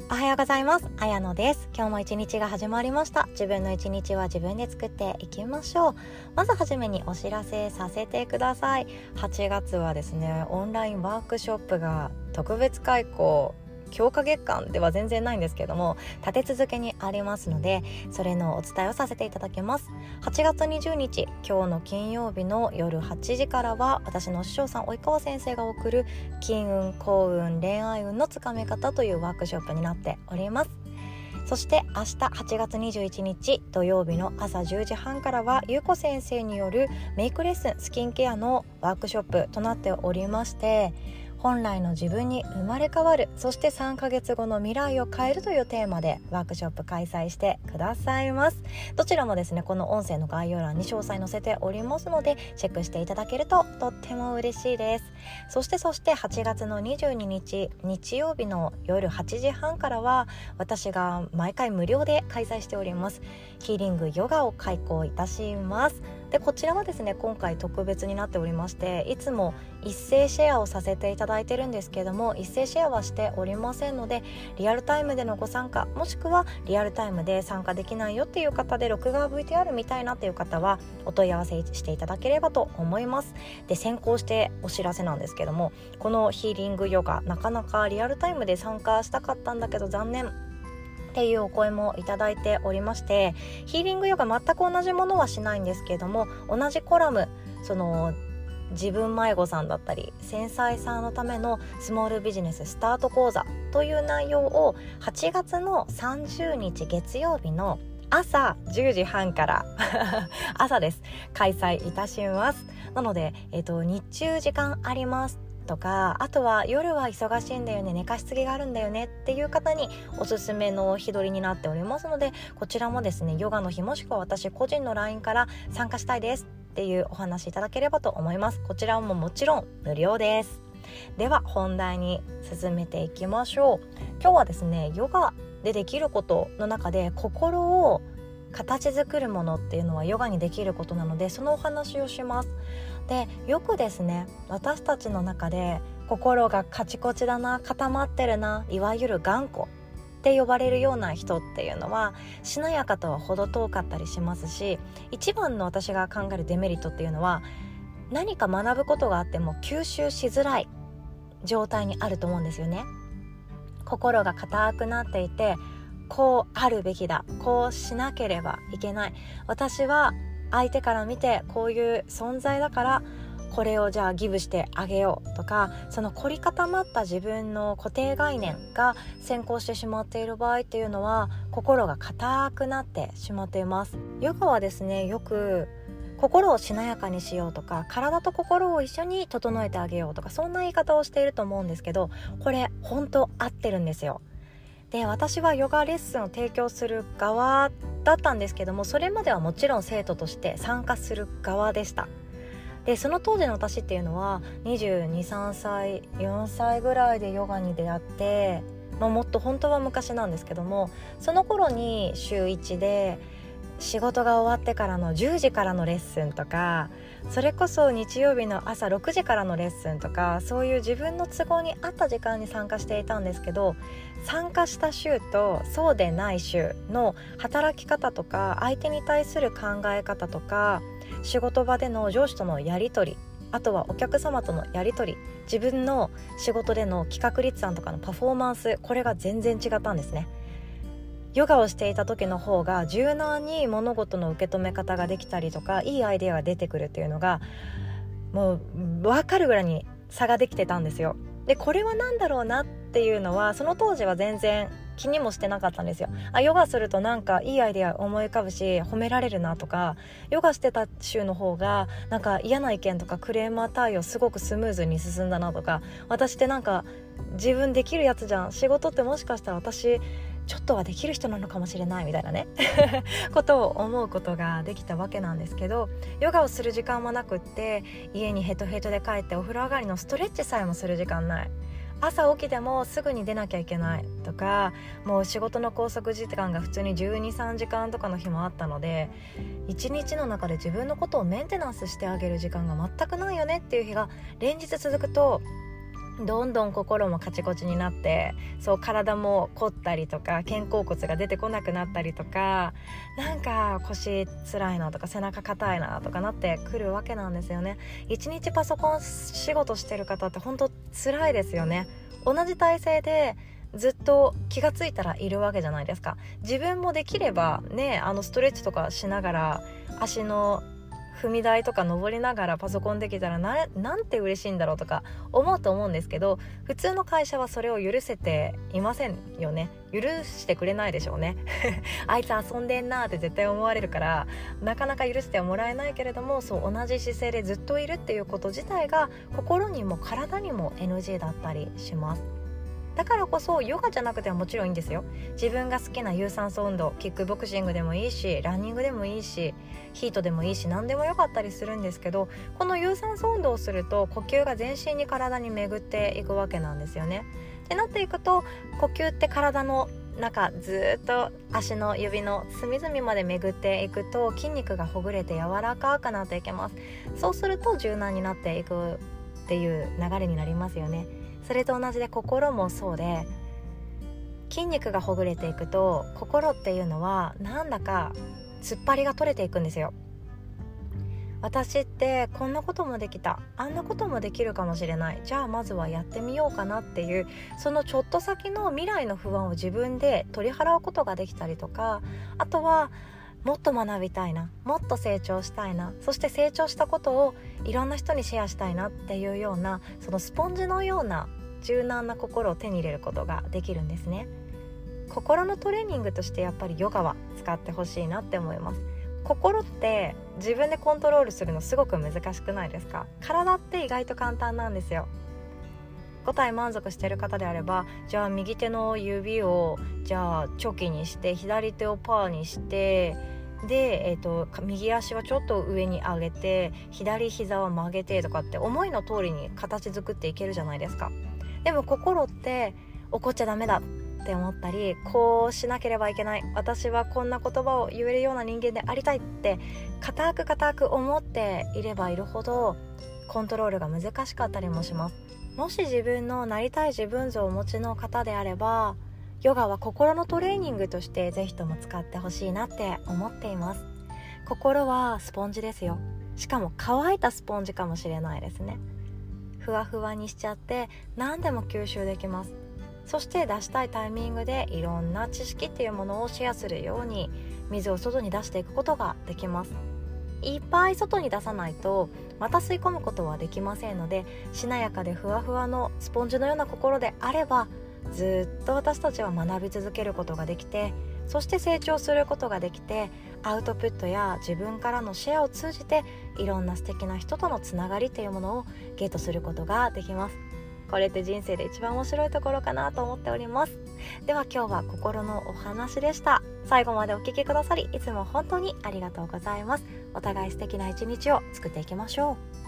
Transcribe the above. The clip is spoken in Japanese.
おはようございます。あやのです。今日も一日が始まりました。自分の一日は自分で作っていきましょう。まずはじめにお知らせさせてください。8月はですね、オンラインワークショップが特別開講、強化月間では全然ないんですけども、立て続けにありますので、それのお伝えをさせていただきます。8月20日、今日の金曜日の夜8時からは、私の師匠さん及川先生が送る金運、幸運、恋愛運のつかめ方というワークショップになっております。そして明日8月21日土曜日の朝10時半からは、ゆうこ先生によるメイクレッスン、スキンケアのワークショップとなっておりまして、本来の自分に生まれ変わる、そして3ヶ月後の未来を変えるというテーマでワークショップ開催してくださいます。どちらもですね、この音声の概要欄に詳細載せておりますので、チェックしていただけるととっても嬉しいです。そして8月の22日日曜日の夜8時半からは、私が毎回無料で開催しておりますヒーリングヨガを開講いたします。でこちらはですね、今回特別になっておりまして、いつも一斉シェアをさせていただいているんですけれども、一斉シェアはしておりませんので、リアルタイムでのご参加、もしくはリアルタイムで参加できないよっていう方で、録画 VTR 見たいなっていう方はお問い合わせしていただければと思います。で先行してお知らせなんですけども、このヒーリングヨガ、なかなかリアルタイムで参加したかったんだけど残念っていうお声もいただいておりまして、ヒーリングヨガ全く同じものはしないんですけれども、同じコラム、自分迷子さんだったり繊細さんのためのスモールビジネススタート講座という内容を8月の30日月曜日の朝10時半から朝です、開催いたします。なので、日中時間ありますとか、あとは夜は忙しいんだよね、寝かしつきがあるんだよねっていう方におすすめの日取りになっておりますので、こちらもですね、ヨガの日もしくは私個人の LINE から参加したいですっていうお話いただければと思います。こちらももちろん無料です。では本題に進めていきましょう。今日はですね、ヨガでできることの中で心を形作るものっていうのはヨガにできることなので、そのお話をします。でよくですね、私たちの中で心がカチコチだな、固まってるな、いわゆる頑固って呼ばれるような人っていうのは、しなやかとは程遠かったりしますし、一番の私が考えるデメリットっていうのは、何か学ぶことがあっても吸収しづらい状態にあると思うんですよね。心が固くなっていて、こうあるべきだ、こうしなければいけない、私は相手から見てこういう存在だからこれをじゃあギブしてあげようとか、その凝り固まった自分の固定概念が先行してしまっている場合っていうのは、心が固くなってしまっています。ヨガはですね、よく心をしなやかにしようとか、体と心を一緒に整えてあげようとか、そんな言い方をしていると思うんですけど、これ本当合ってるんですよ。で私はヨガレッスンを提供する側だったんですけども、それまではもちろん生徒として参加する側でした。でその当時の私っていうのは22、3歳4歳ぐらいでヨガに出会って、もっと本当は昔なんですけども、その頃に週1で仕事が終わってからの10時からのレッスンとか、それこそ日曜日の朝6時からのレッスンとか、そういう自分の都合に合った時間に参加していたんですけど、参加した週とそうでない週の働き方とか、相手に対する考え方とか、仕事場での上司とのやり取り、あとはお客様とのやり取り、自分の仕事での企画立案とかのパフォーマンス、これが全然違ったんですね。ヨガをしていた時の方が柔軟に物事の受け止め方ができたりとか、いいアイデアが出てくるっていうのがもう分かるぐらいに差ができてたんですよ。でこれは何だろうなっていうのは、その当時は全然気にもしてなかったんですよ。ヨガするとなんかいいアイデア思い浮かぶし褒められるなとか、ヨガしてた週の方がなんか嫌な意見とかクレーマー対応すごくスムーズに進んだなとか、私ってなんか自分できるやつじゃん、仕事ってもしかしたら私ちょっとはできる人なのかもしれないみたいなねことを思うことができたわけなんですけど、ヨガをする時間もなくって、家にヘトヘトで帰ってお風呂上がりのストレッチさえもする時間ない、朝起きてもすぐに出なきゃいけないとか、もう仕事の拘束時間が普通に12、3時間とかの日もあったので、一日の中で自分のことをメンテナンスしてあげる時間が全くないよねっていう日が連日続くと、 どんどん心もカチコチになって、そう体も凝ったりとか、肩甲骨が出てこなくなったりとか、なんか腰つらいなとか背中硬いなとかなってくるわけなんですよね。一日パソコン仕事してる方って本当辛いですよね。同じ体勢でずっと気がついたらいるわけじゃないですか。自分もできればね、ストレッチとかしながら、足の踏み台とか登りながらパソコンできたらなんて嬉しいんだろうとか思うと思うんですけど、普通の会社はそれを許せていませんよね。許してくれないでしょうねあいつ遊んでんなって絶対思われるから、なかなか許してはもらえないけれども、そう同じ姿勢でずっといるっていうこと自体が心にも体にも NG だったりします。だからこそヨガじゃなくてももちろんいいんですよ。自分が好きな有酸素運動、キックボクシングでもいいし、ランニングでもいいし、ヒートでもいいし、何でもよかったりするんですけど、この有酸素運動をすると呼吸が全身に体に巡っていくわけなんですよね。ってなっていくと、呼吸って体の中ずっと足の指の隅々まで巡っていくと、筋肉がほぐれて柔らかくなっていきます。そうすると柔軟になっていくっていう流れになりますよね。それと同じで心もそうで、筋肉がほぐれていくと心っていうのはなんだか突っ張りが取れていくんですよ。私ってこんなこともできた、あんなこともできるかもしれない、じゃあまずはやってみようかなっていう、そのちょっと先の未来の不安を自分で取り払うことができたりとか、あとはもっと学びたいな、もっと成長したいな、そして成長したことをいろんな人にシェアしたいなっていうような、そのスポンジのような柔軟な心を手に入れることができるんですね。心のトレーニングとしてやっぱりヨガは使ってほしいなって思います。心って自分でコントロールするのすごく難しくないですか？体って意外と簡単なんですよ。5体満足してる方であれば、じゃあ右手の指をじゃあチョキにして左手をパーにして、で、右足はちょっと上に上げて左膝は曲げてとかって思いの通りに形作っていけるじゃないですか。でも心って怒っちゃダメだって思ったり、こうしなければいけない、私はこんな言葉を言えるような人間でありたいって固く思っていればいるほどコントロールが難しかったりもします。もし自分のなりたい自分像をお持ちの方であれば、ヨガは心のトレーニングとしてぜひとも使ってほしいなって思っています。心はスポンジですよ。しかも乾いたスポンジかもしれないですね。ふわふわにしちゃって何でも吸収できます。そして出したいタイミングでいろんな知識っていうものをシェアするように水を外に出していくことができます。いっぱい外に出さないとまた吸い込むことはできませんので、しなやかでふわふわのスポンジのような心であれば、ずっと私たちは学び続けることができて、そして成長することができて、アウトプットや自分からのシェアを通じていろんな素敵な人とのつながりというものをゲットすることができます。これって人生で一番面白いところかなと思っております。では今日は心のお話でした。最後までお聞きくださりいつも本当にありがとうございます。お互い素敵な一日を作っていきましょう。